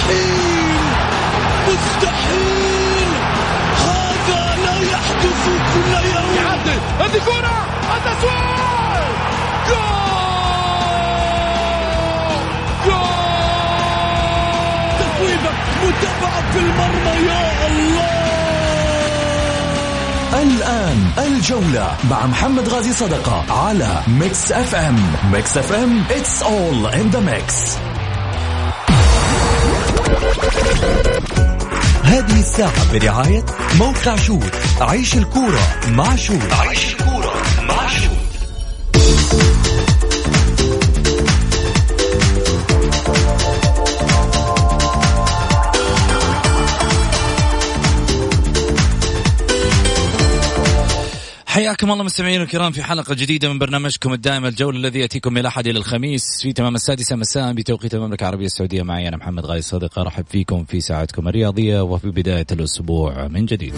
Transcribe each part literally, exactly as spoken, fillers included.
مستحيل مستحيل، هذا لا يحدث كل يوم. يعدل هذه كرة التسويق، جول جول، تسويبة متابعة في المرمى، يا الله. الآن الجولة مع محمد غازي صدقة على ميكس اف ام. ميكس اف ام it's all in the mix. هذه الساعة برعاية موقع شوت. عيش الكورة مع شوت. عيش الكورة مع شوت. حياكم الله مستمعين الكرام في حلقة جديدة من برنامجكم الدائم الجولة، الذي يأتيكم من الأحد إلى الخميس في تمام السادسة مساء بتوقيت المملكة العربية السعودية. معي أنا محمد غازي صدقة، رحب فيكم في ساعتكم الرياضية وفي بداية الأسبوع من جديد.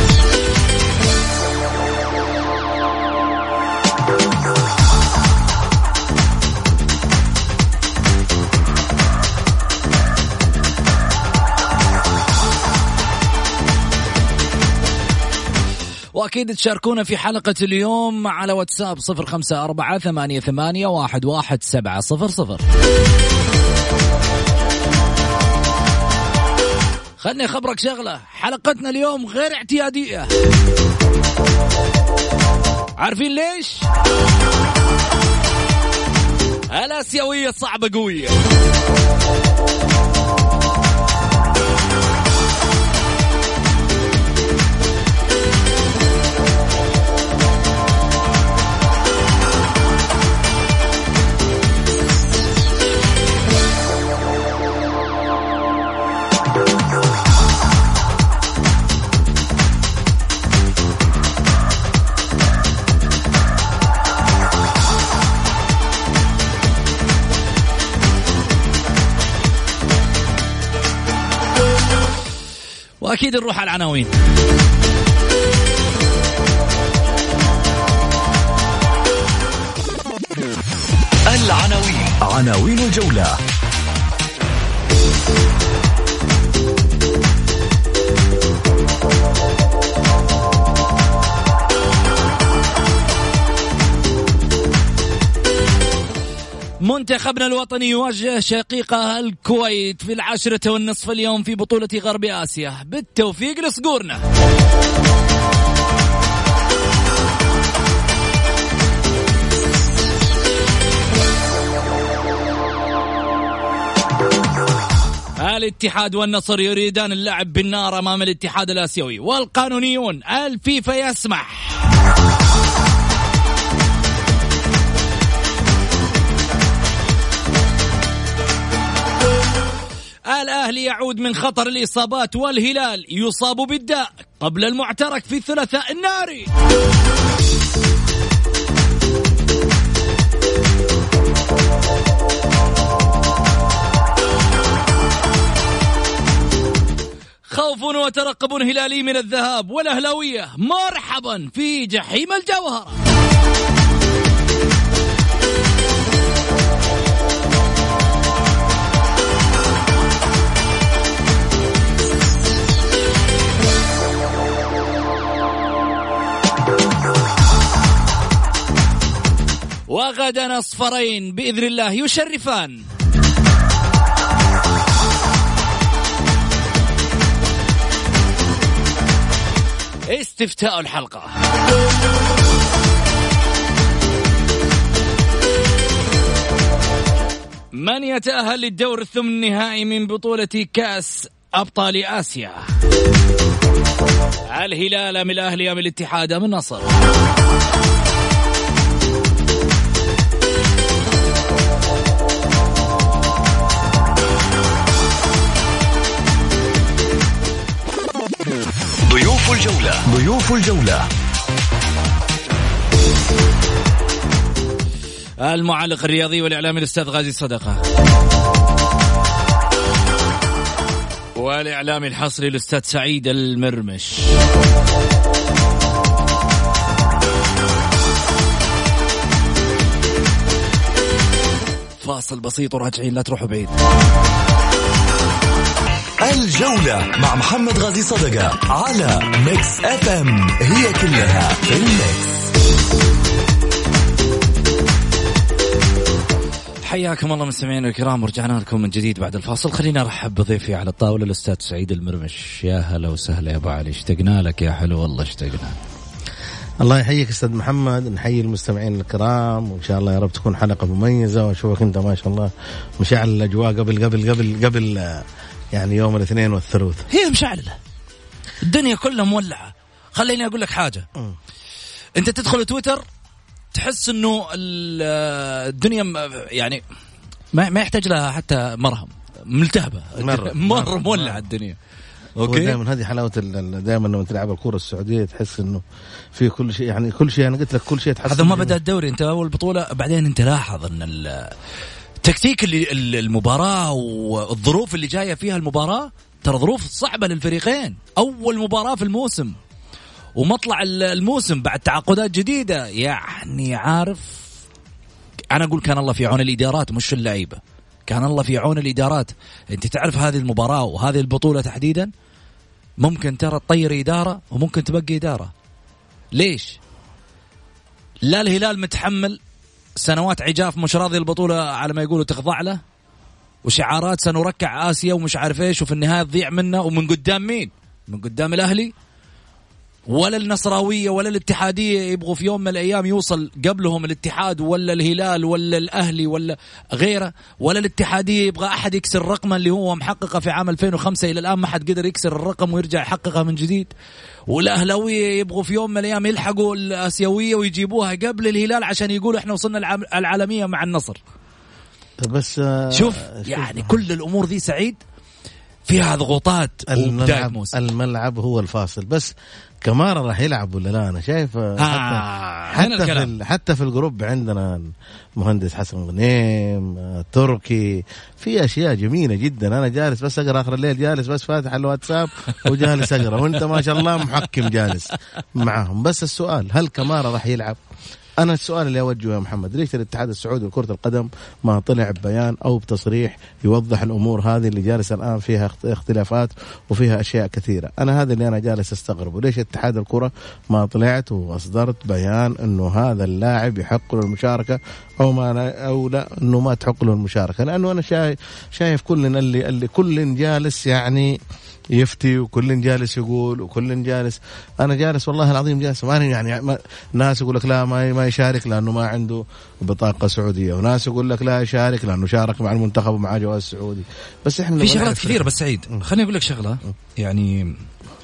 وأكيد تشاركونا في حلقة اليوم على واتساب صفر خمسة أربعة ثمانية ثمانية واحد واحد سبعة صفر صفر. خلني أخبرك شغلة، حلقتنا اليوم غير اعتيادية. عارفين ليش؟ الآسيوية صعبة قوية. وأكيد نروح على العناوين. العناوين عناوين الجولة. منتخبنا الوطني يواجه شقيقه الكويت في العاشرة والنصف اليوم في بطولة غرب آسيا. بالتوفيق لصقورنا. الاتحاد والنصر يريدان اللعب بالنار أمام الاتحاد الآسيوي، والقانونيون الفيفا يسمح. الأهلي يعود من خطر الإصابات، والهلال يصاب بالداء قبل المعترك في الثلاثاء الناري. خوف وترقب هلالي من الذهاب، والأهلاوية مرحبا في جحيم الجوهرة. وغدا أصفرين بإذن الله يشرفان. استفتاء الحلقة: من يتأهل للدور الثمن النهائي من بطولة كأس أبطال آسيا؟ الهلال أم الأهلي أم الاتحاد أم النصر؟ ضيوف الجولة ضيوف الجولة المعلق الرياضي والإعلامي الأستاذ غازي صدقة، والإعلامي الحصري الأستاذ سعيد المرمش. فاصل بسيط وراجعين، لا تروحوا بعيد. الجولة مع محمد غازي صدقة على ميكس اف ام، هي كلها في الميكس. حياكم الله مستمعينا الكرام، ورجعنا لكم من جديد بعد الفاصل. خلينا ارحب بضيفي على الطاولة الأستاذ سعيد المرمش. يا هلا وسهلا يا أبو علي، اشتقنا لك يا حلو والله اشتقنا. الله يحييك أستاذ محمد، نحيي المستمعين الكرام، وإن شاء الله يا رب تكون حلقة مميزة، وأشوفك أنت ما شاء الله مشعل الأجواء قبل قبل قبل قبل يعني يوم الاثنين والثلاث. هي مشعلة، الدنيا كلها مولعة. خليني أقول لك حاجة، م. أنت تدخل تويتر تحس إنه الدنيا يعني ما ما يحتاج لها حتى مرهم، ملتهبة مرة مرة مولعة الدنيا. اوكي، دائما هذه حلاوه دائما لما تلعب الكره السعوديه تحس انه في كل شيء، يعني كل شيء انا قلت لك كل شيء تحس. هذا ما بدا الدوري، انت اول بطوله بعدين انت لاحظ ان التكتيك اللي المباراه والظروف اللي جايه فيها المباراه ترى ظروف صعبه للفريقين. اول مباراه في الموسم ومطلع الموسم بعد تعاقدات جديده، يعني عارف انا اقول كان الله في عون الادارات مش اللعيبه، كان الله في عون الادارات. انت تعرف هذه المباراه وهذه البطوله تحديدا ممكن ترى تطير إدارة وممكن تبقى إدارة. ليش؟ لا الهلال متحمل سنوات عجاف مش راضي البطولة على ما يقولوا تخضع له، وشعارات سنركع آسيا ومش عارف إيش، وفي النهاية تضيع منه. ومن قدام مين؟ من قدام الأهلي. ولا النصراوية ولا الاتحادية يبغوا في يوم من الأيام يوصل قبلهم الاتحاد ولا الهلال ولا الأهلي ولا غيره، ولا الاتحادية يبغى أحد يكسر رقمه اللي هو محققه في عام ألفين وخمسة إلى الآن ما حد قدر يكسر الرقم ويرجع يحققها من جديد. والأهلاوية يبغوا في يوم من الأيام يلحقوا الآسيوية ويجيبوها قبل الهلال عشان يقولوا إحنا وصلنا العالمية مع النصر. بس شوف يعني كل الأمور ذي سعيد فيها ضغوطات. الملعب, الملعب هو الفاصل. بس كمارا راح يلعب ولا لا؟ أنا شايف آه حتى حتى في, حتى في الجروب عندنا المهندس حسن غنيم تركي، في أشياء جميلة جدا. أنا جالس بس أقرأ آخر الليل، جالس بس فاتح الواتساب وجالس أقرأ، وأنت ما شاء الله محكم جالس معهم. بس السؤال هل كمارا راح يلعب؟ أنا السؤال اللي أوجهه يا محمد، ليش الاتحاد السعودي لكرة القدم ما طلع ببيان أو بتصريح يوضح الأمور هذه اللي جالس الآن فيها اختلافات وفيها أشياء كثيرة؟ أنا هذا اللي أنا جالس أستغربه، ليش اتحاد الكرة ما طلعت وأصدرت بيان إنه هذا اللاعب يحق له المشاركة أو ما أو لا إنه ما تحق له المشاركة؟ لأنه أنا شايف شايف كلنا اللي اللي كل جالس يعني يفتي، وكل جالس يقول، وكل جالس أنا جالس والله العظيم جالس ما يعني ما ناس يقول لك لا ما ما يشارك لأنه ما عنده بطاقة سعودية، وناس يقول لك لا يشارك لأنه شارك مع المنتخب ومع جواز سعودي. بس إحنا في شغلات كثيرة. بس سعيد خليني أقول لك شغلة يعني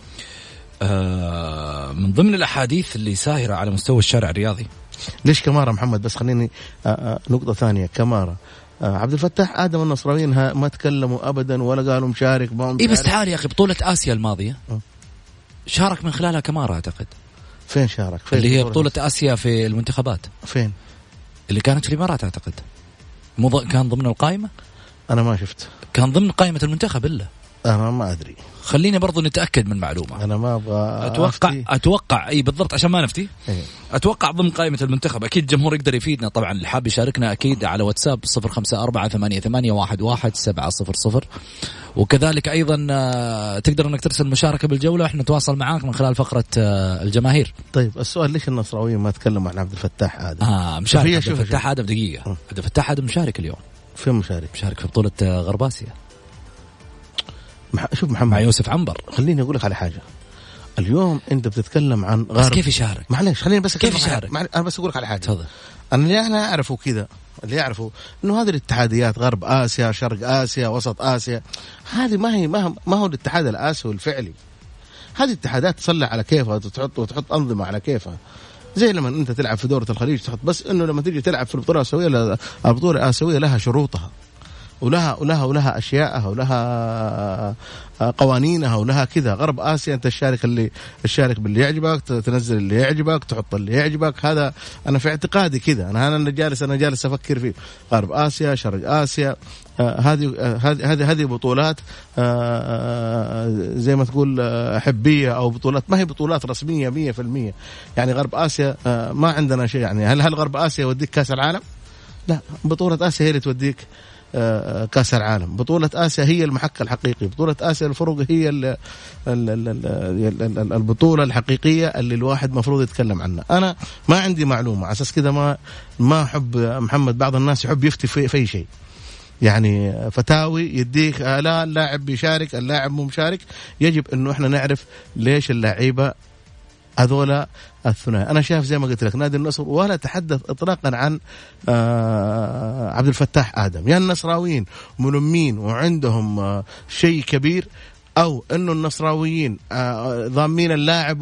آه من ضمن الأحاديث اللي ساهرة على مستوى الشارع الرياضي. ليش كمارا محمد؟ بس خليني آه آه نقطة ثانية. كمارا آه عبد الفتاح آدم النصراويين ما تكلموا أبدا ولا قالوا مشارك. إيه بس تعال يا أخي، بطولة آسيا الماضية شارك من خلالها كمارا أعتقد. فين شارك؟ فين اللي هي بطولة آسيا في المنتخبات. فين؟ اللي كانت في الإمارات أعتقد. مو كان ضمن القائمة؟ أنا ما شفت. كان ضمن قائمة المنتخب إلا أنا ما أدري. خليني برضو نتأكد من معلومة. أنا ما أبغى أتوقع أفتي. أتوقع أي بالضبط عشان ما نفتي. إيه. أتوقع ضمن قائمة المنتخب. أكيد الجمهور يقدر يفيدنا طبعا، اللي حاب يشاركنا أكيد على واتساب صفر خمسة أربعة ثمانية ثمانية واحد واحد سبعة صفر صفر. وكذلك أيضا تقدر أنك ترسل مشاركة بالجولة وإحنا نتواصل معاك من خلال فقرة الجماهير. طيب السؤال، ليش النصراويين ما تكلموا عن عبد الفتاح آدم؟ آه مشارك عبد الفتاح آدم. دقيقة، عبد الفتاح آدم مشارك اليوم. فين مشارك؟ مشارك في بطولة غرب آسيا. شوف محمد، مع يوسف عنبر. خليني أقول لك على حاجة. اليوم أنت بتتكلم عن غرب، بس كيف يشارك؟ معلش خليني بس كيف يشارك؟ أنا بس أقول لك على حاجة. تفضل. أنا اللي أنا أعرفه كذا، اللي يعرفوا إنه هذه الاتحاديات غرب آسيا، شرق آسيا، وسط آسيا، هذه ما هي ما, ما هو الاتحاد الآسيوي الفعلي. هذه اتحادات تصلح على كيفها وتحط وتحط أنظمة على كيفها، زي لما أنت تلعب في دورة الخليج تحط. بس إنه لما تيجي تلعب في البطولة الآسيوية، البطولة الآسيوية لها شروطها ولها ولها ولها أشياءها ولها قوانينها ولها كذا. غرب آسيا أنت الشارك اللي الشارك باللي يعجبك، تنزل اللي يعجبك، تحط اللي يعجبك. هذا أنا في اعتقادي كذا. أنا أنا جالس أنا جالس أفكر فيه. غرب آسيا، شرق آسيا، هذه هذه هذه بطولات زي ما تقول حبية أو بطولات، ما هي بطولات رسمية مية في المية. يعني غرب آسيا ما عندنا شيء. يعني هل هل غرب آسيا يوديك كأس العالم؟ لا، بطولة آسيا هي اللي توديك كأس العالم. بطولة آسيا هي المحك الحقيقي، بطولة آسيا الفرق هي البطولة الحقيقية اللي الواحد مفروض يتكلم عنها. أنا ما عندي معلومة على أساس كده، ما ما أحب محمد، بعض الناس يحب يفتي في, في شيء، يعني فتاوي يديك لا اللاعب بيشارك اللاعب مو مشارك. يجب إنه إحنا نعرف ليش اللاعيبة هذولا الثنائي. أنا شايف زي ما قلت لك نادي النصر ولا تحدث إطلاقا عن آه عبد الفتاح آدم. يعني النصراويين ملمين وعندهم شيء كبير، أو إنه النصراويين آه ضامين اللاعب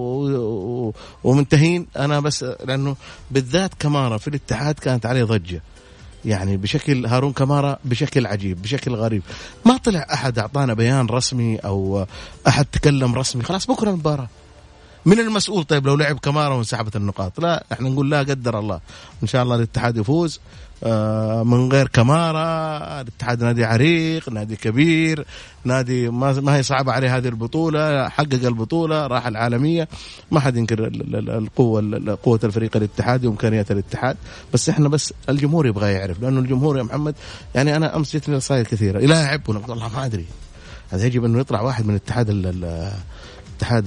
ومنتهين. أنا بس لأنه بالذات كمارا في الاتحاد كانت عليه ضجة، يعني بشكل هارون كمارا بشكل عجيب بشكل غريب. ما طلع أحد أعطانا بيان رسمي أو أحد تكلم رسمي. خلاص بكرة المباراة من المسؤول؟ طيب لو لعب كمارا وانسحبت النقاط، لا احنا نقول لا قدر الله ان شاء الله الاتحاد يفوز من غير كمارا. الاتحاد نادي عريق، نادي كبير، نادي ما ما هي صعبة عليه هذه البطولة، حقق البطولة، راح العالمية، ما حد ينكر القوة قوة الفريق الاتحادي وإمكانيات الاتحاد. بس احنا بس الجمهور يبغى يعرف، لأنه الجمهور يا محمد يعني أنا أمس جتني رسائل كثيرة يلاعب ونقول الله ما أدري. هذا يجب أنه يطلع واحد من الاتحاد اتحاد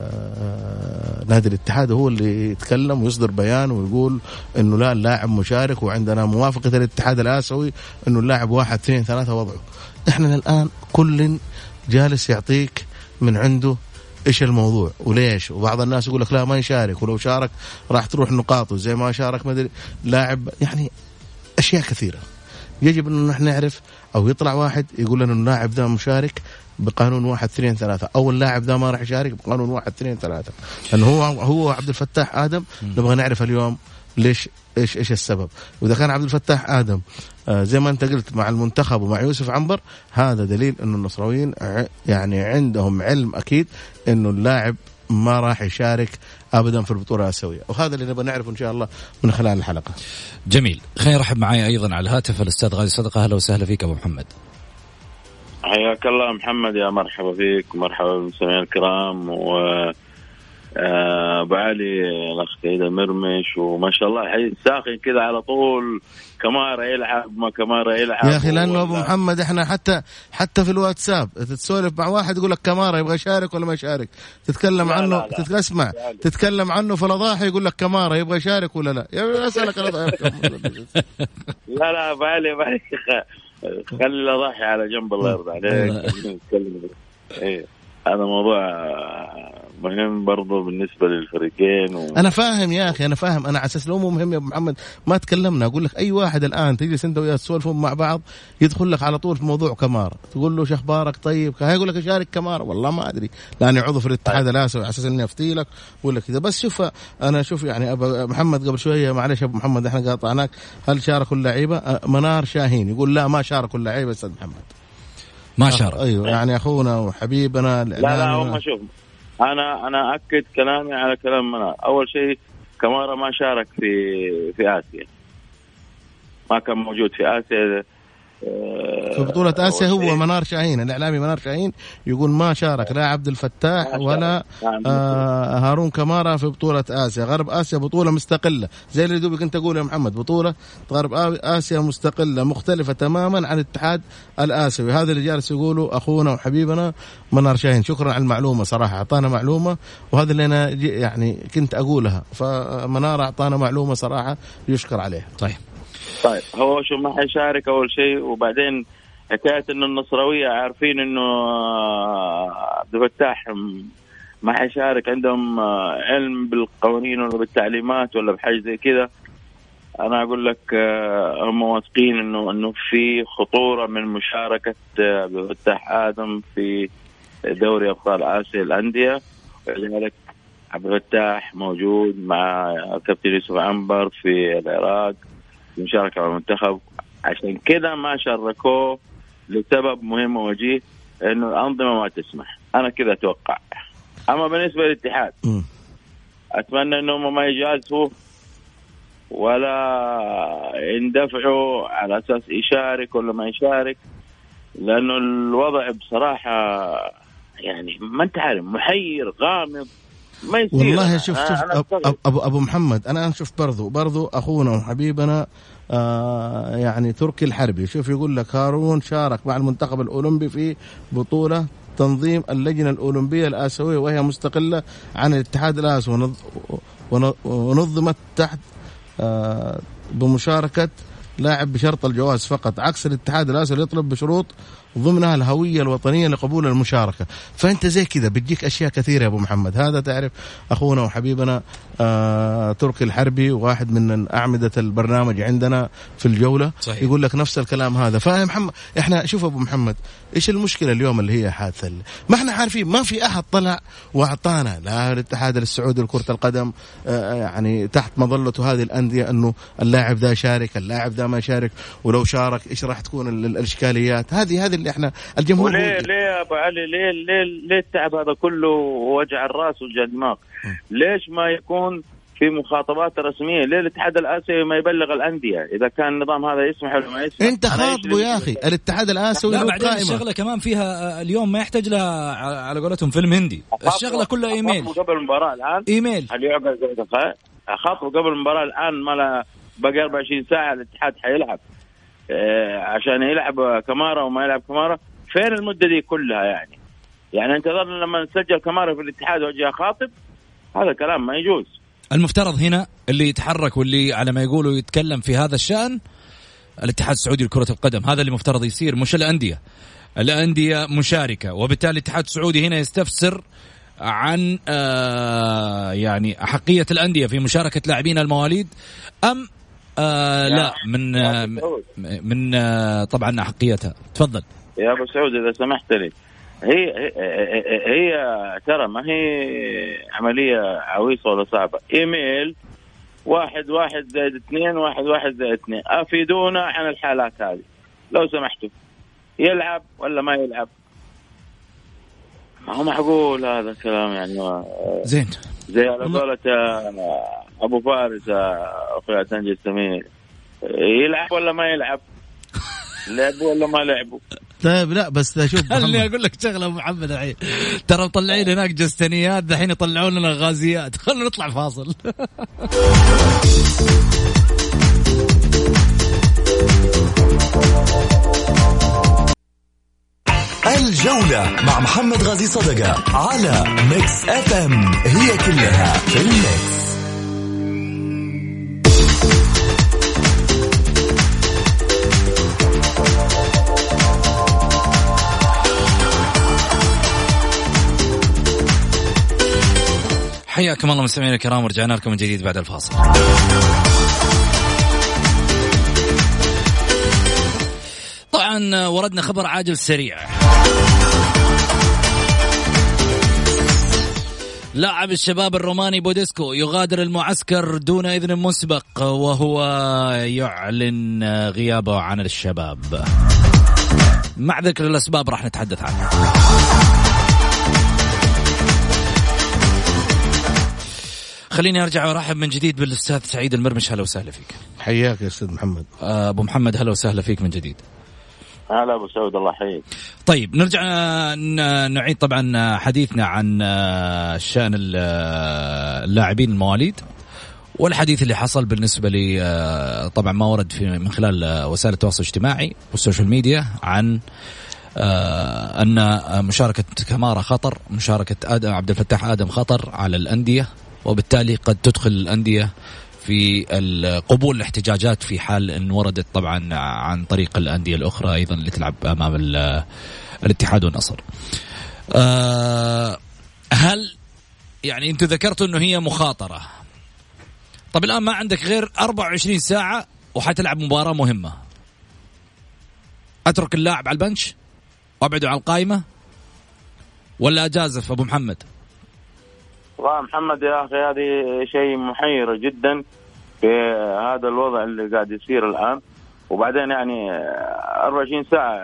نادي الاتحاد هو اللي يتكلم ويصدر بيان ويقول انه لا اللاعب مشارك وعندنا موافقة الاتحاد الآسيوي انه اللاعب واحد اثنين ثلاثة وضعه. احنا الآن كل جالس يعطيك من عنده ايش الموضوع وليش، وبعض الناس يقول لك لا ما يشارك، ولو شارك راح تروح نقاطه زي ما شارك مدري لاعب. يعني اشياء كثيرة يجب انه نحن نعرف، او يطلع واحد يقول لنا اللاعب ذا مشارك بقانون واحد اثنين ثلاثة، أو اللاعب ذا ما راح يشارك بقانون واحد اثنين ثلاثة. لأنه هو هو عبد الفتاح آدم نبغى نعرف اليوم ليش إيش إيش السبب. وإذا كان عبد الفتاح آدم آه زي ما أنت قلت مع المنتخب ومع يوسف عنبر، هذا دليل إنه النصراويين يعني عندهم علم أكيد إنه اللاعب ما راح يشارك أبدا في البطولة الآسيوية، وهذا اللي نبغى نعرفه إن شاء الله من خلال الحلقة. جميل. خلينا نرحب معي أيضا على الهاتف الأستاذ غازي صدقة. أهلا وسهلا فيك أبو محمد. حياك الله محمد، يا مرحبا فيك، مرحبا بالمستمعين الكرام. و بعلي الأخ سيد المرمش، وما شاء الله حي ساخن كذا على طول، كمارا يلعب ما كمارا يلعب يا أخي. لأنه أبو محمد إحنا حتى حتى في الواتساب تتسولف مع واحد يقول لك كمارا يبغى يشارك ولا ما يشارك، تتكلم لا عنه لا لا. تتسمع تتكلم عنه في الأضاحي يقول لك كمارا يبغى يشارك ولا لا. يا أسألك لا لا بعلي بعلي خلي الأضاحي على جنب الله يرضى عليك. إيه هذا موضوع مهم برضو بالنسبة للفريقين و... أنا فاهم يا أخي، أنا فاهم. أنا على أساس لو مو مهم يا أبو محمد ما تكلمنا. أقول لك أي واحد الآن تجلس أنت وياه تسولفون مع بعض يدخل لك على طول في موضوع كمارا، تقول له شخبارك طيب، هيقول لك أشارك كمارا، والله ما أدري لأني عضو في الاتحاد الآسيوي على أساس إني أفتي لك ولا كذا. بس شوف أنا شوف يعني أبو محمد قبل شوية، معلش أبو محمد إحنا قاطعناك، هل شاركوا اللعيبة؟ منار شاهين يقول لا ما شاركوا اللعيبة أستاذ محمد، ما شارك. أيوة يعني أخونا وحبيبنا. لا لا هم شوف، أنا أنا أكد كلامي على كلام منار. أول شيء كمارا ما شارك في في آسيا، ما كان موجود في آسيا في بطولة آسيا. هو منار شاهين الإعلامي منار شاهين يقول ما شارك لا عبد الفتاح ولا آه هارون كمارا في بطولة آسيا. غرب آسيا بطولة مستقلة زي اللي دوبك أنت تقول يا محمد، بطولة غرب آسيا مستقلة مختلفة تماما عن الاتحاد الآسيوي. هذا اللي جالس يقوله أخونا وحبيبنا منار شاهين. شكرا على المعلومة صراحة، أعطانا معلومة، وهذا اللي أنا يعني كنت أقولها، فمنار أعطانا معلومة صراحة يشكر عليها. طيب طيب هو شو ما حيشارك أول شيء، وبعدين حكاية إنه النصراوية عارفين إنه عبد الفتاح ما حيشارك، عندهم علم بالقوانين ولا بالتعليمات ولا بحاجة زي كذا. أنا أقول لك هم واثقين إنه إنه في خطورة من مشاركة عبد الفتاح آدم في دوري أبطال آسيا الأندية، ولذلك عبد الفتاح موجود مع كابتن يوسف عنبر في العراق مشاركة مع المنتخب. عشان كده ما شاركوه لسبب مهم ووجيه، إنه الأنظمة ما تسمح. أنا كده أتوقع. أما بالنسبة للاتحاد أتمنى إنهم ما يجازفوا ولا يندفعوا على أساس يشارك ولا ما يشارك، لأنه الوضع بصراحة يعني ما أنت عارف، محير غامض ما يصير. والله شوف شوف أبو, أبو, أبو محمد أنا أشوف برضو برضو أخونا وحبيبنا آه يعني تركي الحربي، شوف يقول لك هارون شارك مع المنتخب الأولمبي في بطولة تنظيم اللجنة الأولمبية الآسيوية وهي مستقلة عن الاتحاد الآسيوي ونظمت تحت آه بمشاركة لاعب بشرط الجواز فقط، عكس الاتحاد الآسيوي يطلب بشروط ضمنها الهوية الوطنية لقبول المشاركة. فأنت زي كذا بتجيك أشياء كثيرة يا أبو محمد. هذا تعرف أخونا وحبيبنا آه تركي الحربي واحد من أعمدة البرنامج عندنا في الجولة صحيح. يقول لك نفس الكلام هذا. فاهم محمد؟ إحنا شوف أبو محمد إيش المشكلة اليوم اللي هي حادثة، ما إحنا عارفين، ما في أحد طلع وأعطانا لا الاتحاد السعودي لكرة القدم آه يعني تحت مظلته هذه الأندية أنه اللاعب ذا شارك اللاعب ذا ما شارك، ولو شارك إيش راح تكون الإشكاليات هذه هذه اللي إحنا الجمهور. ليه ليه يا أبو علي ليه ليه ليه التعب هذا كله ووجع الرأس ووجع الدماغ؟ ليش ما يكون في مخاطبات رسمية؟ ليه الاتحاد الآسيوي ما يبلغ الأندية إذا كان النظام هذا يسمح ولا ما يسمح؟ أنت خاطبه يا أخي الاتحاد الآسيوي. لا بعدين الشغلة كمان فيها اليوم ما يحتاج لها على قولتهم فيلم هندي، الشغلة كلها إيميل. قبل المباراة الآن إيميل هل يعقل زي دقائق؟ أخاطبه قبل المباراة الآن ما لا باقي أربعة وعشرين ساعة الاتحاد حيلعب آه عشان يلعب كمارا وما يلعب كمارا. فين المدة دي كلها يعني؟ يعني انتظرنا لما نسجل كمارا في الاتحاد وجه خاطب؟ هذا كلام ما يجوز. المفترض هنا اللي يتحرك واللي على ما يقولوا يتكلم في هذا الشأن الاتحاد السعودي لكرة القدم، هذا اللي مفترض يصير مش الأندية. الأندية مشاركة وبالتالي الاتحاد السعودي هنا يستفسر عن آه يعني أحقية الأندية في مشاركة لاعبين المواليد أم آه لا من آه من آه طبعا أحقيتها. تفضل يا أبو سعود إذا سمحت لي. هي هي ترى ما هي عملية عويصة ولا صعبة. إيميل واحد واحد زائد اثنين واحد واحد زائد اثنين أفيدونا عن الحالات هذه لو سمحتوا، يلعب ولا ما يلعب؟ ما هو معقول هذا الكلام يعني. زين زي على قولة أبو فارس أخويا تنجي السمير، يلعب ولا ما يلعب؟ لعبوا ولا ما لعبوا؟ طيب لا بس شوف خليني أقول لك شغلة أبو محمد الحين، ترى مطلعين هناك جستنيات دحين يطلعون لنا غازيات. خلنا نطلع فاصل. الجولة مع محمد غازي صدقة على ميكس اف ام، هي كلها في الميكس. حياكم الله مستمعينا الكرام، ورجعنا لكم من جديد بعد الفاصل. طبعا وردنا خبر عاجل سريع. لاعب الشباب الروماني بوديسكو يغادر المعسكر دون إذن مسبق وهو يعلن غيابه عن الشباب. مع ذكر الأسباب راح نتحدث عنها. خليني أرجع وأرحب من جديد بالأستاذ سعيد المرمش. هلا وسهلا فيك. حياك يا أستاذ محمد. أبو محمد هلا وسهلا فيك من جديد. هلا أبو سعود الله يحييك. طيب نرجع نعيد طبعا حديثنا عن شأن اللاعبين المواليد والحديث اللي حصل بالنسبة لي طبعا ما ورد في من خلال وسائل التواصل الاجتماعي والسوشيال ميديا عن أن مشاركة كمارا خطر، مشاركة آدم عبد الفتاح آدم خطر على الأندية، وبالتالي قد تدخل الأندية في قبول الاحتجاجات في حال أن وردت طبعا عن طريق الأندية الأخرى أيضا اللي تلعب أمام الاتحاد والنصر. أه هل يعني أنتوا ذكرتوا أنه هي مخاطرة، طب الآن ما عندك غير أربعة وعشرين ساعة وحتلعب مباراة مهمة، أترك اللاعب على البنش وأبعده على القائمة ولا أجازف أبو محمد؟ والله محمد يا أخي هذه شيء محير جدا في هذا الوضع اللي قاعد يصير الآن. وبعدين يعني أربعة وعشرين ساعة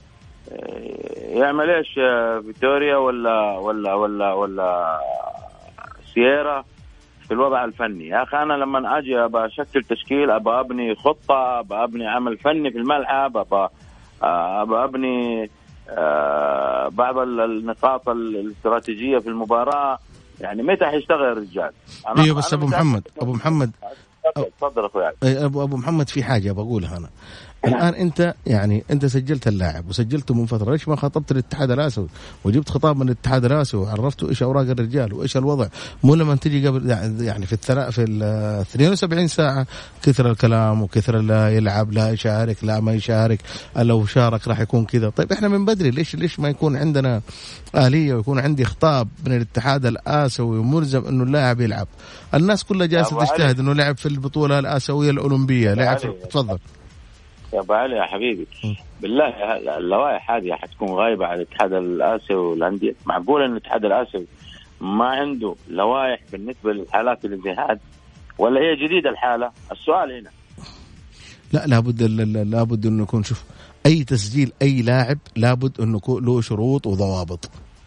يعمل إيش فيتوريا ولا ولا ولا ولا سييرا في الوضع الفني؟ يا أخي أنا لما أجي أبى أشكل تشكيل، أبى أبني خطة، أبى أبني عمل فني في الملعب، أبى أبى أبني بعض النقاط الاستراتيجية في المباراة، يعني متى حيشتغل الرجال؟ ايوه بس ابو محمد ابو محمد تفضل اخوي. ابو ابو محمد في حاجه بقولها انا الان. انت يعني انت سجلت اللاعب وسجلته من فتره، ليش ما خاطبت الاتحاد الاسيوي وجبت خطاب من الاتحاد الاسيوي وعرفته ايش اوراق الرجال وايش الوضع؟ مو لما تيجي قبل يعني في الثلاث في ال اثنين وسبعين ساعه كثر الكلام وكثر لا يلعب لا يشارك لا ما يشارك، لو شارك راح يكون كذا. طيب احنا من بدري ليش ليش ما يكون عندنا آلية ويكون عندي خطاب من الاتحاد الآسيوي وملزم انه اللاعب يلعب؟ الناس كلها جالسه تجتهد انه لعب في البطوله الآسيوية الأولمبية لعب. تفضل يا ابو علي يا حبيبي، بالله اللوائح هذه حتكون غايبه على الاتحاد الآسيوي والانديه؟ معقول ان الاتحاد الآسيوي ما عنده لوائح بالنسبه للحالات اللي زي هذه، ولا هي جديده الحاله؟ السؤال هنا. لا لابد لابد انه يكون، شوف اي تسجيل اي لاعب لابد انه له شروط وضوابط.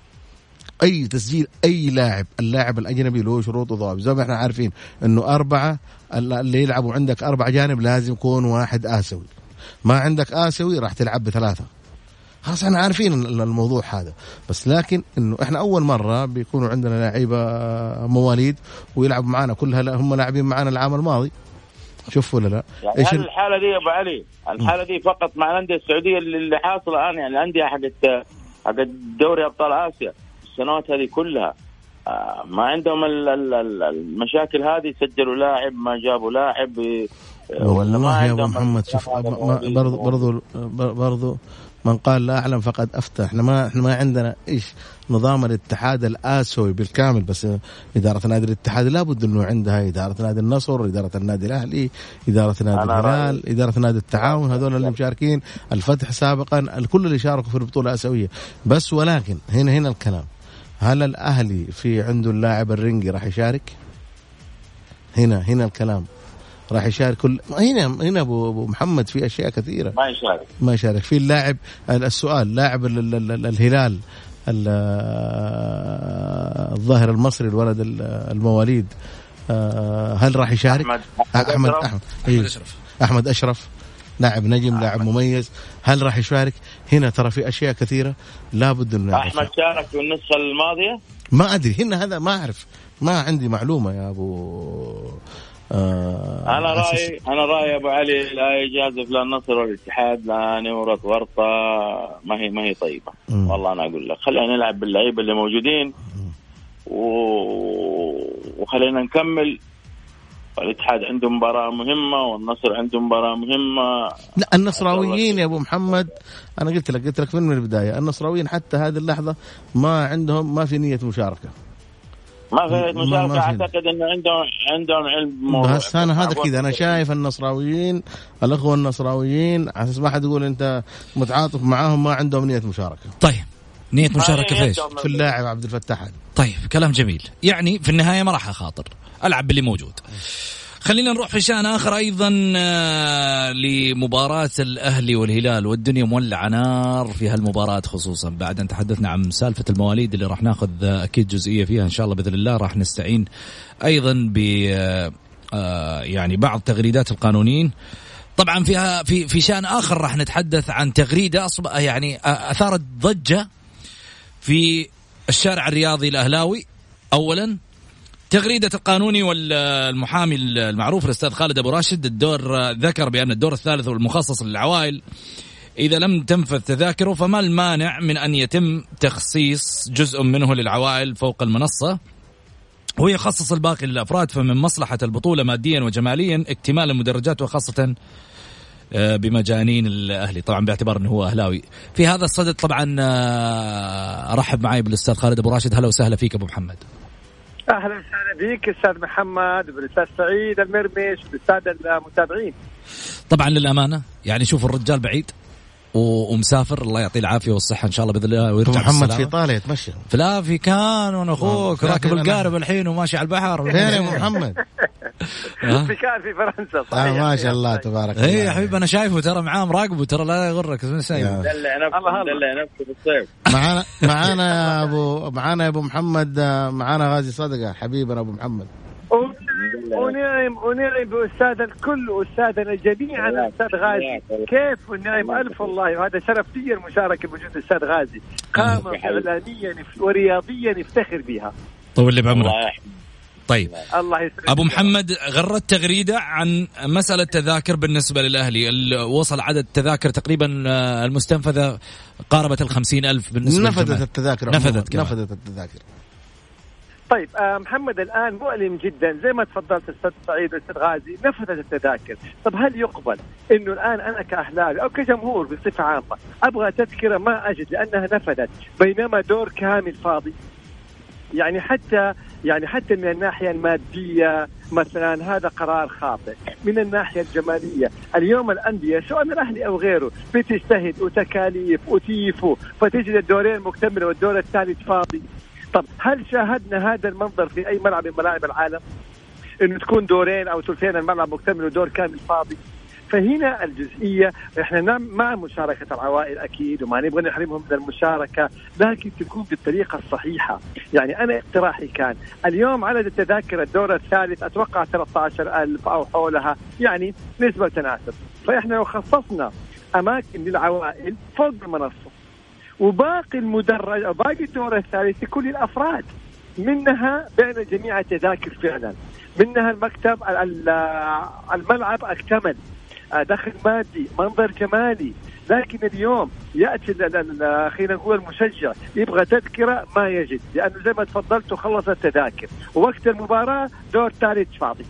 اي تسجيل اي لاعب، اللاعب الاجنبي له شروط وضوابط، زي ما احنا عارفين انه اربعه اللي يلعبوا عندك اربع جانب لازم يكون واحد آسيوي، ما عندك آسيوي راح تلعب بثلاثه. خلاص احنا عارفين الموضوع هذا، بس لكن انه احنا اول مره بيكونوا عندنا لاعيبه مواليد ويلعبوا معنا، كلها هم لاعبين معنا العام الماضي. شوف ولا لا؟ يعني ايش الحاله دي يا ابو علي؟ الحاله دي فقط مع الانديه السعوديه اللي حاصله الان، يعني الانديه حقت حقت دوري ابطال اسيا السنوات هذه كلها ما عندهم المشاكل هذه، سجلوا لاعب ما جابوا لاعب ولا ما يا ابو محمد. شوف برضو برضو برضو من قال لا اعلم فقد افتى. احنا ما احنا ما عندنا ايش نظام الاتحاد الآسيوي بالكامل، بس اداره نادي الاتحاد لابد انه عندها اداره نادي النصر، اداره النادي الاهلي، اداره نادي الهلال، اداره نادي التعاون، هذول اللي مشاركين، الفتح سابقا، الكل اللي شاركوا في البطوله الآسيوية. بس ولكن هنا هنا الكلام، هل الاهلي في عنده اللاعب الرنجي راح يشارك؟ هنا هنا الكلام، راح يشارك كل هنا هنا ابو محمد في اشياء كثيره ما يشارك ما يشارك في اللاعب. السؤال لاعب الهلال الظاهر المصري الولد المواليد، هل راح يشارك؟ احمد احمد احمد احمد اشرف احمد اشرف لاعب نجم، لاعب مميز، هل راح يشارك؟ هنا ترى في اشياء كثيره لابد انه احمد شارك في النسخه الماضيه، ما ادري هنا هذا ما اعرف، ما عندي معلومه يا ابو. آه أنا رأيي أنا رأيي أبو علي لا يجازف لا النصر والاتحاد لا نورة ورطة، ما هي ما هي طيبة. م. والله أنا أقول لك خلينا نلعب باللعيبة اللي موجودين و... وخلينا نكمل. الاتحاد عنده مباراة مهمة والنصر عنده مباراة مهمة. لا النصراويين يا أبو محمد أنا قلت لك قلت لك من البداية النصراويين حتى هذه اللحظة ما عندهم ما في نية مشاركة. ما في مشاركة. أعتقد إنه عندهم عندهم علم. بس أنا هذا كذا أنا شايف النصراويين الأخوة النصراويين على أساس ما حد يقول أنت متعاطف معاهم ما عندهم نية مشاركة. طيب نية مشاركة فيش في اللاعب عبد الفتاح. طيب كلام جميل، يعني في النهاية ما راح أخاطر ألعب باللي موجود. خلينا نروح في شأن آخر أيضا لمباراة الأهلي والهلال، والدنيا مولعة نار في هالمباراة خصوصا بعد أن تحدثنا عن سالفة المواليد اللي راح ناخذ أكيد جزئية فيها إن شاء الله بإذن الله. راح نستعين أيضا ب يعني بعض تغريدات القانونيين. طبعا فيها في في شأن آخر راح نتحدث عن تغريدة أصبح يعني أثارت ضجة في الشارع الرياضي الأهلاوي. أولا تغريدة القانوني والمحامي المعروف الأستاذ خالد أبو راشد، الدور ذكر بأن الدور الثالث والمخصص للعوائل إذا لم تنفذ تذاكره فما المانع من أن يتم تخصيص جزء منه للعوائل فوق المنصة ويخصص الباقي للأفراد، فمن مصلحة البطولة ماديا وجماليا اكتمال المدرجات وخاصة بمجانين الأهلي، طبعا باعتبار أنه هو أهلاوي. في هذا الصدد طبعا أرحب معي بالأستاذ خالد أبو راشد. هلا وسهلا فيك أبو محمد. أهلا وسهلا بك أستاذ محمد بالأستاذ سعيد المرمش بالسادة المتابعين. طبعا للأمانة يعني شوف الرجال بعيد ومسافر، الله يعطيه العافية والصحة إن شاء الله بإذن الله ويرجع محمد في إيطاليا يتمشى في لا في كان وأنا أخوك راكب القارب الحين وماشي على البحر. فين يا محمد؟ في كان في فرنسا. آه ما شاء الله تبارك الله. إيه يا حبيبي أنا شايفه ترى معاه مراقبه ترى لا يغرك. دلع نفسه دلع نفسه بالصيف. معانا معانا يا أبو معانا يا أبو محمد، معانا غازي صدقة حبيبنا أبو محمد. ونعم ونعم بأستاذ الكل وأستاذنا جميعا أستاذ غازي. كيف ونعم ألف والله، وهذا شرف لي المشاركة بوجود أستاذ غازي، قامة إعلاميا ورياضيا يفتخر بها. طول لي بعمرك. طيب الله أبو محمد، غردت تغريدة عن مسألة تذاكر بالنسبة للأهلي، وصل عدد تذاكر تقريبا المستنفذة قاربة الخمسين ألف بالنسبة نفذت التذاكر نفذت نفذت التذاكر. طيب آه محمد، الآن مؤلم جدا زي ما تفضلت أستاذ سعيد وأستاذ غازي، نفذت التذاكر. طب هل يقبل إنه الآن أنا كأهلاوي أو كجمهور بصفة عامة أبغى تذكرة ما أجد لأنها نفذت، بينما دور كامل فاضي؟ يعني حتى يعني حتى من الناحية المادية مثلا هذا قرار خاطئ. من الناحية الجمالية اليوم الأندية سواء الأهلي أو غيره بتجتهد وتكاليف وتيفو، فتجد الدورين مكتملة والدور الثالث فاضي. طب هل شاهدنا هذا المنظر في أي ملعب من ملاعب العالم، إنه تكون دورين أو ثلثين الملعب مكتمل ودور كامل فاضي؟ فهنا الجزئية إحنا مع مشاركة العوائل أكيد وما نبغى نحرمهم من المشاركة، لكن تكون بالطريقة الصحيحة. يعني أنا اقتراحي كان اليوم عدد التذاكر الدور الثالث أتوقع ثلاثة عشر ألف أو حولها، يعني نسبة تناسب. فإحنا لو خصصنا أماكن للعوائل فوق المنصة وباقي المدرج أو باقي الدور الثالث لكل الأفراد، منها بين جميع التذاكر فعلا، منها المكتب الملعب أكتمل، دخل مادي، منظر جمالي. لكن اليوم يأتي خلينا نقول المشجع يبغى تذكرة ما يجد، لأنه زي ما تفضلت خلص التذاكر ووقت المباراة دور ثالث فاضي.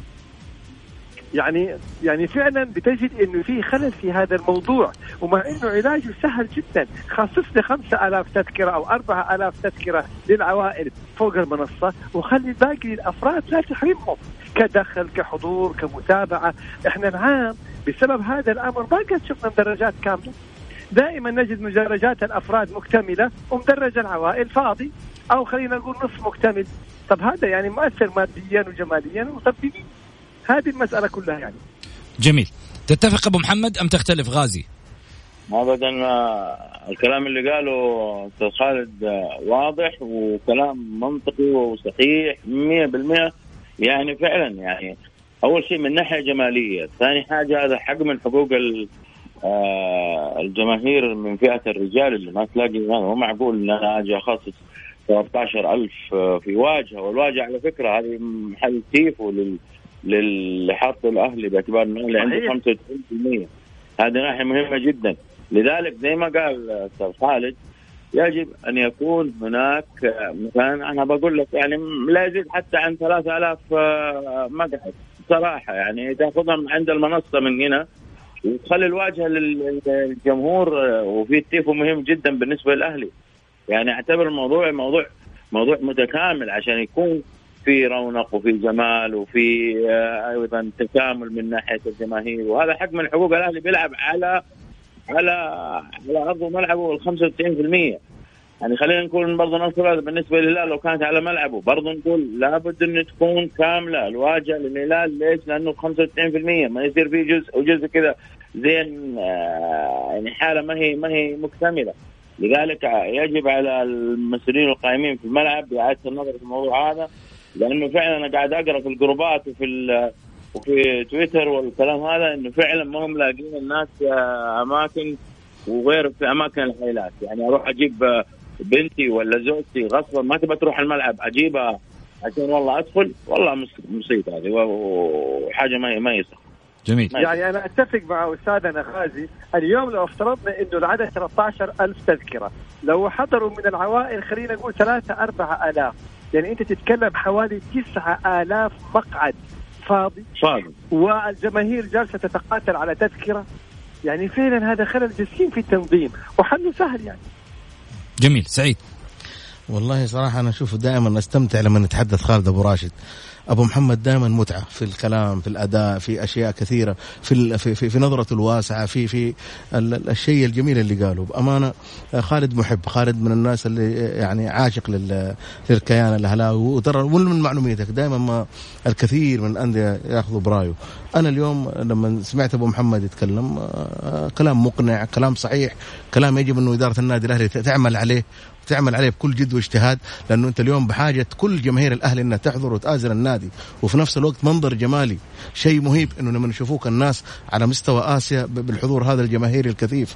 يعني يعني فعلا بتجد إنه في خلل في هذا الموضوع، ومع إنه علاجه سهل جدا. خصص لي خمسة آلاف تذكرة أو أربعة آلاف تذكرة للعوائل فوق المنصة، وخلي الباقي للأفراد لا تحرمهم كدخل كحضور كمتابعة. إحنا العام بسبب هذا الأمر ما قد شفنا مدرجات كاملة، دائما نجد مدرجات الأفراد مكتملة ومدرج العوائل فاضي أو خلينا نقول نصف مكتمل. طب هذا يعني مؤثر ماديا وجماليا وترتيبيا، هذه المسألة كلها. يعني جميل. تتفق أبو محمد أم تختلف غازي؟ أبدا، الكلام اللي قاله أستاذ خالد واضح وكلام منطقي وصحيح مية بالمية. يعني فعلا يعني أول شيء من ناحية جمالية، ثاني حاجة هذا حق من حقوق الجماهير من فئة الرجال اللي ما تلاقي. هو معقول أن أنا أجي أخصص ثلاثة عشر ألف في واجهة، والواجهة على فكرة هذه محل تيفو لل اللي حاطه الأهلي باعتبار أنه اللي عنده خمسة وتسعين بالمئة. هذه ناحية مهمة جدا. لذلك زي ما قال أستاذ خالد يجب أن يكون هناك مثلا، أنا بقول لك يعني لا يزيد حتى عن ثلاثة آلاف مقعد صراحة، يعني تأخذها عند المنصة من هنا وتخلي الواجهة للجمهور. وفي التيفو مهم جدا بالنسبة للأهلي، يعني اعتبر الموضوع موضوع موضوع متكامل عشان يكون في رونق وفي جمال وفي أيضا تكامل من ناحية الجماهير. وهذا حق من حقوق الأهلي، بيلعب على على على أرض ملعبه الخمسة وتسعين بالمئة. يعني خلينا نقول برضو نصر بالنسبة للهلال لو كانت على ملعبه برضو نقول لابد أن تكون كاملة الواجهة للهلال. ليش؟ لأنه خمسة وتسعين بالمئة ما يصير فيه جزء وجزء كذا زين، يعني حالة ما هي ما هي مكتملة. لذلك يجب على المسؤولين القائمين في الملعب إعادة النظر في الموضوع هذا، لأنه فعلا أنا قاعد أقرأ في الجروبات وفي وفي تويتر والكلام هذا إنه فعلا ما هم لاقين الناس أماكن وغير في أماكن الحيلات. يعني أروح أجيب بنتي ولا زوجتي غصبا ما تبى تروح الملعب أجيبها عشان والله أدخل، والله مصيبة هذه وحاجة ما ما يصح. جميل. يعني أنا أتفق مع أستاذنا غازي. اليوم لو افترضنا إنه العدد ثلاثة عشر ألف تذكرة، لو حضروا من العوائل خلينا نقول ثلاثة أربعة آلاف، يعني أنت تتكلم حوالي تسعة آلاف مقعد فاضي فاضي والجماهير جالسة تتقاتل على تذكرة. يعني فعلا هذا خلل جسيم في التنظيم وحله سهل. يعني جميل. سعيد. والله صراحة أنا أشوف دائما أستمتع لما نتحدث خالد أبو راشد. أبو محمد دائما متعة في الكلام، في الأداء، في أشياء كثيرة، في في في, في نظرته الواسعة، في في الشيء الجميل اللي قاله. بأمانة خالد محب، خالد من الناس اللي يعني عاشق للكيان الأهلاوي. وترى من معلوماتك دائما ما الكثير من الأندية يأخذوا برايه. أنا اليوم لما سمعت أبو محمد يتكلم كلام مقنع، كلام صحيح، كلام يجب أنه إدارة النادي الأهلي تعمل عليه تعمل عليه بكل جد واجتهاد، لأنه أنت اليوم بحاجة كل جماهير الأهلي أنها تحضر وتآزر النادي، وفي نفس الوقت منظر جمالي. شيء مهيب أنه لما نشوفوك الناس على مستوى آسيا بالحضور هذا الجماهيري الكثيف،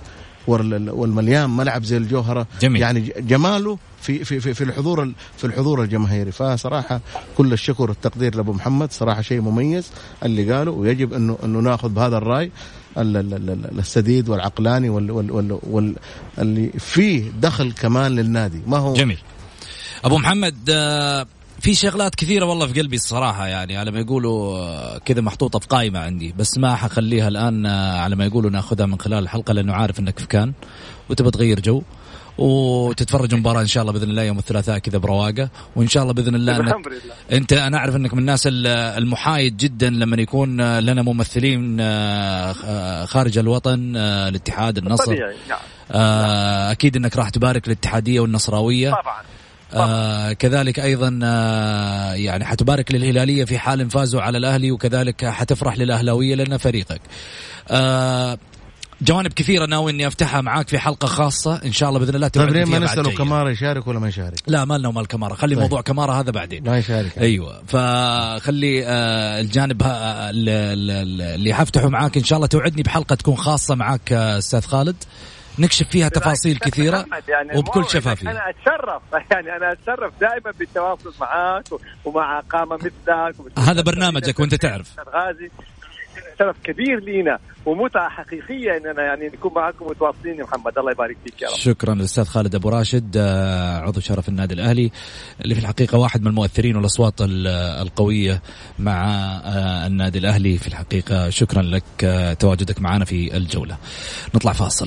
والمليان ملعب زي الجوهرة. جميل. يعني جماله في في في في الحضور في الحضور الجماهيري. فصراحة كل الشكر والتقدير لأبو محمد، صراحة شيء مميز اللي قاله، ويجب إنه إنه نأخذ بهذا الرأي السديد والعقلاني وال وال وال وال اللي فيه دخل كمان للنادي. ما هو جميل أبو محمد. في شغلات كثيرة والله في قلبي الصراحة، يعني على ما يقولوا كذا محطوطة في قائمة عندي، بس ما حخليها الآن على ما يقولوا نأخذها من خلال الحلقة، لأنه عارف أنك في كان وتبى تغير جو وتتفرج مباراة إن شاء الله بإذن الله يوم الثلاثاء كذا برواقة، وإن شاء الله بإذن الله أنك أنت أنا أعرف أنك من الناس المحايد جدا لما يكون لنا ممثلين خارج الوطن، الاتحاد، النصر، أكيد أنك راح تبارك الاتحادية والنصراوية طبعا. آه كذلك أيضا آه يعني حتبارك للهلالية في حال فازوا على الأهلي، وكذلك حتفرح للأهلاوية لأن فريقك. آه جوانب كثيرة ناوي إني أفتحها معاك في حلقة خاصة إن شاء الله بإذن الله. طيب ليه ما نسأله كمارا يشارك ولا ما يشارك؟ لا ما لنا وما الكمارا، خلي طيب. موضوع كمارا هذا بعدين ما يشارك. أيوة فخلي آه الجانب اللي حفتحه معاك إن شاء الله توعدني بحلقة تكون خاصة معاك أستاذ خالد، نكشف فيها تفاصيل كثيرة يعني وبكل شفافية. أنا أتشرف يعني أنا أتشرف دائما بالتواصل معك ومع قامة مثلك. هذا برنامجك وأنت تعرف. غازي شرف كبير لينا ومتعة حقيقية إننا يعني نكون معكم متواصلين يا محمد. الله يبارك فيك يا رب. شكرا للأستاذ خالد أبو راشد عضو شرف النادي الأهلي، اللي في الحقيقة واحد من المؤثرين والأصوات القوية مع النادي الأهلي في الحقيقة. شكرا لك تواجدك معنا في الجولة. نطلع فاصل.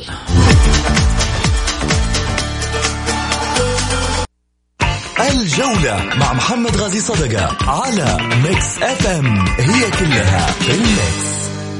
الجولة مع محمد غازي صدقة على ميكس اف ام، هي كلها في الميكس.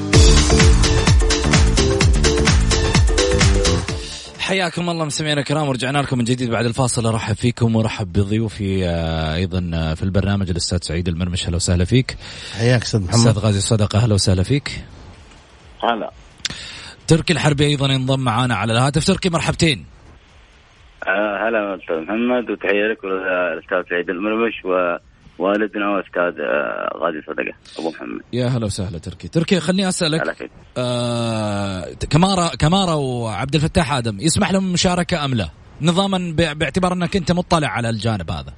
حياكم الله مستمعينا الكرام، ورجعنا لكم من جديد بعد الفاصل. ارحب فيكم ورحب بضيوفي ايضا في البرنامج الاستاذ سعيد المرمش. اهلا وسهلا فيك. حياك استاذ محمد. استاذ غازي صدقة اهلا وسهلا فيك. هلا. تركي الحربي ايضا ينضم معنا على الهاتف. تركي مرحبتين. آه هلا استاذ محمد، وتحيه لك والاستاذ سعيد المرمش ووالدنا واستاذ آه غازي صدقة ابو محمد. يا هلا وسهلا تركي. تركي خلني اسالك آه كمارا كمارا وعبد الفتاح آدم يسمح لهم المشاركه ام لا، نظاما باعتبار انك انت مطلع على الجانب هذا؟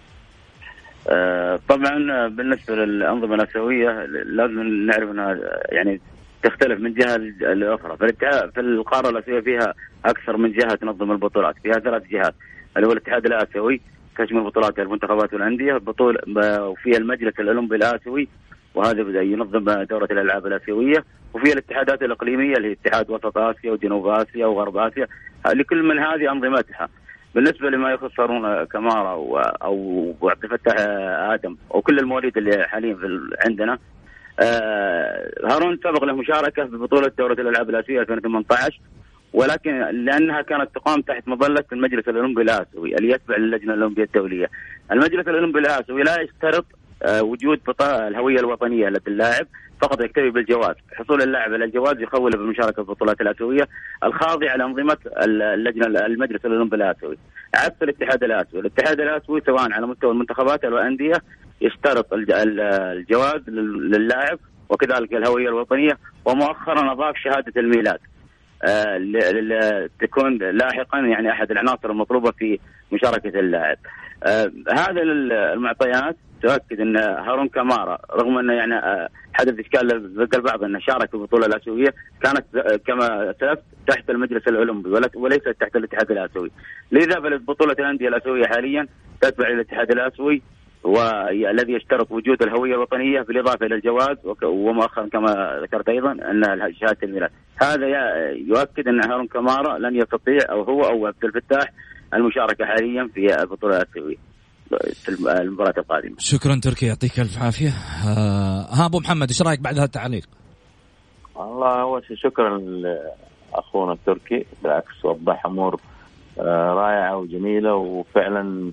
آه طبعا بالنسبه للانظمه الاسيويه لازم نعرف انها يعني تختلف من جهة لأخرى. في القارة الآسيوية فيها أكثر من جهة تنظم البطولات، فيها ثلاث جهات اللي هو الاتحاد الآسيوي تشمل بطولات المنتخبات والأندية، بطولة وفي المجلس الأولمبي الآسيوي وهذا بدأ ينظم دورة الألعاب الآسيوية، وفي الاتحادات الإقليمية اللي هي اتحاد وسط آسيا وجنوب آسيا وغرب آسيا، لكل من هذه أنظمتها. بالنسبة لما يخص هارون كمارا أو عبد الفتاح آدم وكل المواليد اللي حاليا عندنا، آه هارون سبق له مشاركة في بطولة دورة الألعاب الآسيوية ألفين وثمانية عشر، ولكن لأنها كانت تقام تحت مظلة المجلس الأولمبي الآسيوي اللي يتبع للجنة الأولمبية الدولية. المجلس الأولمبي الآسيوي لا يشترط آه وجود بطاقة الهوية الوطنية لدى اللاعب، فقط يكتفي بالجواز. حصول اللاعب على الجواز يخوله بالمشاركة في البطولات الآسيوية الخاضعة لأنظمة اللجنة المجلس الأولمبي الآسيوي. عكس الاتحاد الآسيوي، الاتحاد الآسيوي سواء على مستوى المنتخبات أو الأندية يشترط الجواز للاعب وكذلك الهوية الوطنية، ومؤخرا أضاف شهادة الميلاد آه تكون لاحقا يعني أحد العناصر المطلوبة في مشاركة اللاعب. آه هذا المعطيات تؤكد أن هارون كمارا رغم أنه يعني آه حدث إشكال ذكر البعض أنه شارك في البطولة الآسيوية كانت كما سلفت تحت المجلس الأولمبي وليست تحت الاتحاد الآسيوي، لذا فالبطولة الأندية الآسيوية حاليا تتبع الاتحاد الآسيوي والذي يشترط وجود الهوية الوطنية بالإضافة إلى الجواز، ومؤخرا كما ذكرت أيضا أن شهادة الميلاد. هذا يؤكد أن هارون كمارا لن يستطيع أو هو أو عبد الفتاح المشاركة حاليا في البطولة الآسيوية في المباراة القادمة. شكرا تركي يعطيك الف عافية. ها أبو محمد إيش رأيك بعد هذا التعليق؟ الله أول شيء شكرا لأخونا التركي، بالعكس وضح أمور رائعة وجميلة، وفعلا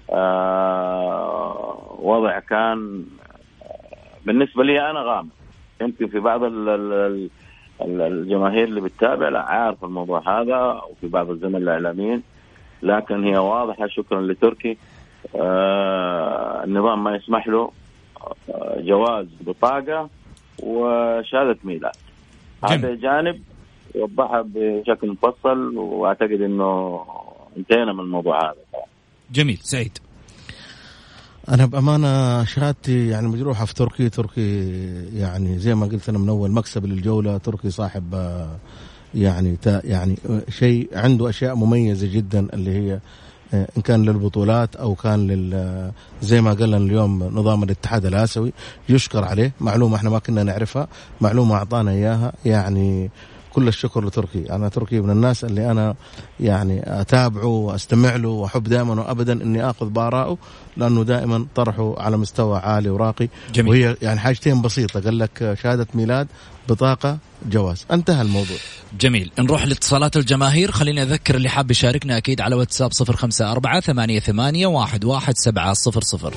آه وضع كان بالنسبة لي أنا غامض. يمكن في بعض الجماهير اللي بتتابع لا عارف الموضوع هذا، وفي بعض الزملاء الإعلاميين، لكن هي واضحة. شكرا لتركي. آه النظام ما يسمح له جواز بطاقة وشهادة ميلاد، هذا جانب وضحها بشكل مفصل، واعتقد انه انتهينا من الموضوع هذا. جميل. سعيد، أنا بأمانة شهادتي يعني مجروحة في تركي. تركي يعني زي ما قلت أنا من أول مكسب للجولة. تركي صاحب يعني يعني شيء عنده أشياء مميزة جدا، اللي هي إن كان للبطولات أو كان لل زي ما قلنا اليوم نظام الاتحاد الآسيوي، يشكر عليه. معلومة إحنا ما كنا نعرفها، معلومة أعطانا إياها، يعني كل الشكر لتركي. أنا تركي من الناس اللي أنا يعني أتابعه وأستمع له وأحب دائما وأبدا إني أخذ بآرائه، لأنه دائما طرحه على مستوى عالي وراقي. جميل. وهي يعني حاجتين بسيطة، قال لك شهادة ميلاد، بطاقة، جواز، انتهى الموضوع. جميل. نروح لاتصالات الجماهير. خليني أذكر اللي حاب يشاركنا أكيد على واتساب صفر خمسة أربعة ثمانية ثمانية واحد واحد سبعة صفر صفر.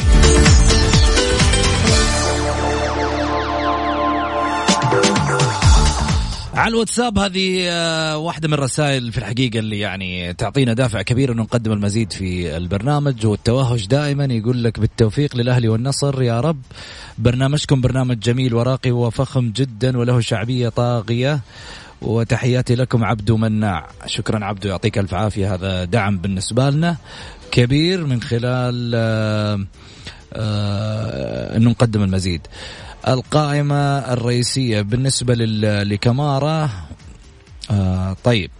على الواتساب. هذه واحدة من الرسائل في الحقيقة اللي يعني تعطينا دافع كبير أنه نقدم المزيد في البرنامج. والتوهج دائما يقول لك بالتوفيق للأهلي والنصر يا رب. برنامجكم برنامج جميل وراقي وفخم جدا وله شعبية طاغية، وتحياتي لكم عبدو مناع. شكرا عبدو، يعطيك الف عافية. هذا دعم بالنسبة لنا كبير من خلال آآ آآ أنه نقدم المزيد. القائمة الرئيسية بالنسبة لكمارا. آه طيب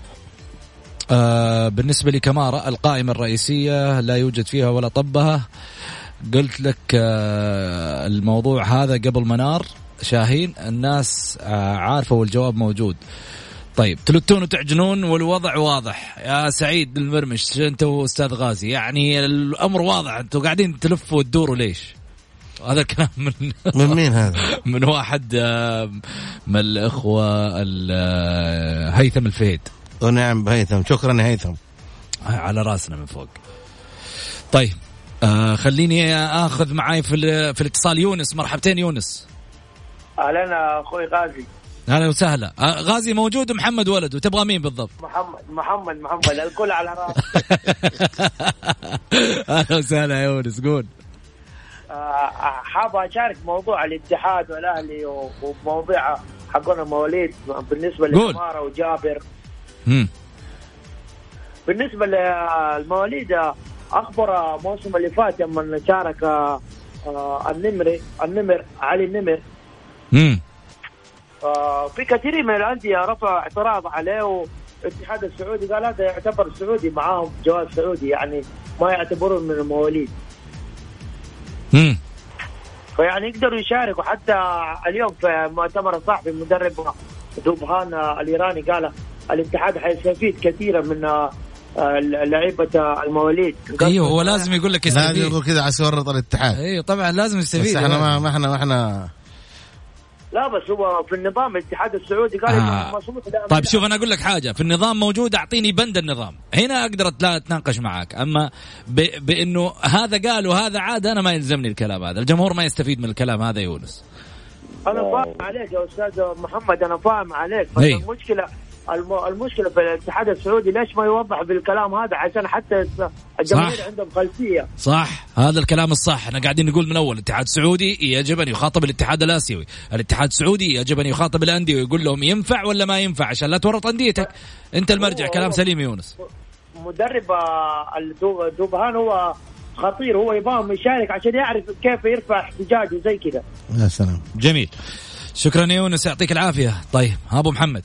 آه بالنسبة لكمارا القائمة الرئيسية لا يوجد فيها ولا طبها. قلت لك آه الموضوع هذا قبل منار شاهين، الناس آه عارفة والجواب موجود. طيب تلتون وتعجنون والوضع واضح يا سعيد المرمش انت واستاذ غازي، يعني الأمر واضح، انتوا قاعدين تلفوا وتدوروا ليش؟ هذا الكلام من من مين هذا؟ من واحد من الإخوة هيثم الفهيد. ونعم هيثم، شكرا يا هيثم، على راسنا من فوق. طيب آه خليني آخذ معاي في في الاتصال يونس. مرحبتين يونس. أهلا أخوي غازي. أهلا وسهلا. آه غازي موجود ومحمد ولد، وتبغى مين بالضبط؟ محمد محمد محمد الكل على راسي. أهلا وسهلا يا يونس، قول. حابة أشارك موضوع الاتحاد والأهلي وموضوع حقنا مواليد بالنسبة لكمارا وجابر. مم. بالنسبة للمواليد أخبر موسم اللي فات لما شارك النمر النمر علي النمر. مم. في كثير من الأندية رفع اعتراض عليه، والاتحاد السعودي قال هذا يعتبر سعودي معاهم جواز سعودي، يعني ما يعتبرون من المواليد. امم فيعني يقدروا يشاركوا. حتى اليوم في مؤتمر الصحفي المدرب دوبهان الإيراني قال الاتحاد حيستفيد كثيرا من لعيبة المواليد. ايوه هو لازم يقول لك يستفيد، لازم يقول كذا على سورة الاتحاد. ايوه طبعا لازم يستفيد. بس احنا ما احنا ما احنا لا بس هو في النظام الاتحاد السعودي قال آه. طيب شوف انا اقول لك حاجه، في النظام موجود، اعطيني بند النظام هنا اقدر اتناقش معك، اما ب... بانه هذا قال وهذا عاد انا ما يلزمني الكلام هذا، الجمهور ما يستفيد من الكلام هذا. يونس انا فاهم عليك يا استاذ محمد، انا فاهم عليك، بس المشكله المشكله في الاتحاد السعودي ليش ما يوضح بالكلام هذا عشان حتى الجماهير عندهم خلفيه. صح، هذا الكلام الصح. احنا قاعدين نقول من اول الاتحاد السعودي يجب ان يخاطب الاتحاد الاسيوي، الاتحاد السعودي يجب ان يخاطب الانديه ويقول لهم ينفع ولا ما ينفع عشان لا تورط انديتك. انت المرجع. كلام سليم يونس. مدرب دوبهان هو خطير، هو يبغاهم يشارك عشان يعرف كيف يرفع احتجاجه زي كذا. يا سلام. جميل، شكرا يا يونس، يعطيك العافيه. طيب ابو محمد.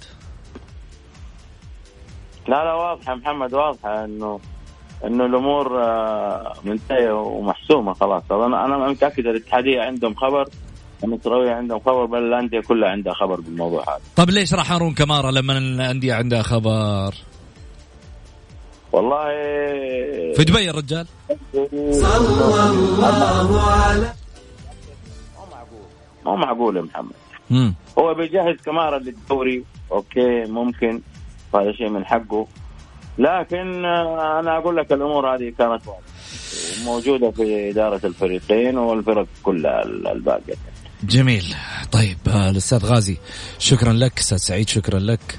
لا لا واضحة محمد، واضحة انه انه الامور منتهية ومحسومة خلاص. انا انا متأكد الاتحادية عندهم خبر، النصراوية عندهم خبر، بل الأندية كلها عندها خبر بالموضوع هذا. طب ليش راح هارون كمارا لما الأندية عندها خبر؟ والله في دبي الرجال صلى الله عليه. مو معقول يا محمد. مم. هو بيجهز كمارا للدوري، اوكي ممكن هذا شيء من حقه، لكن أنا أقول لك الأمور هذه كانت موجودة في إدارة الفريقين والفرق كلها الباقية. جميل. طيب الأستاذ غازي شكرا لك، أستاذ سعيد شكرا لك.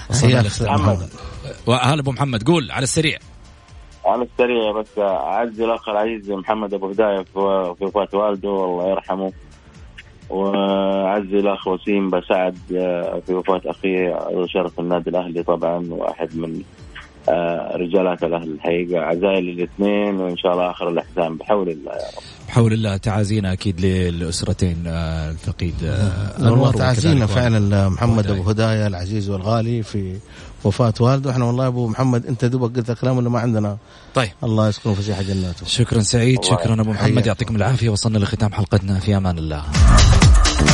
وهلا أبو محمد، قول على السريع. على السريع بس أعزي الأخ العزيز محمد أبو هداية في وفاة والده الله يرحمه، وأعزي الأخ وسيم بسعد في وفاة أخيه شرف النادي الأهلي طبعا، واحد من رجالات الأهلي الحقيقة. عزائي للاثنين، وإن شاء الله آخر الأحزان بحول الله يا رب. بحول الله. تعازينا أكيد للأسرتين الفقيد أنور. تعازينا فعلا محمد أبو هدايا العزيز والغالي في وفاة والده. احنا والله أبو محمد أنت دوبك قلت كلام اللي ما عندنا. طيب الله يسكنه فسيح جناته. شكرا سعيد، شكرا أبو محمد، يعطيكم العافية. وصلنا لختام حلقتنا، في أمان الله.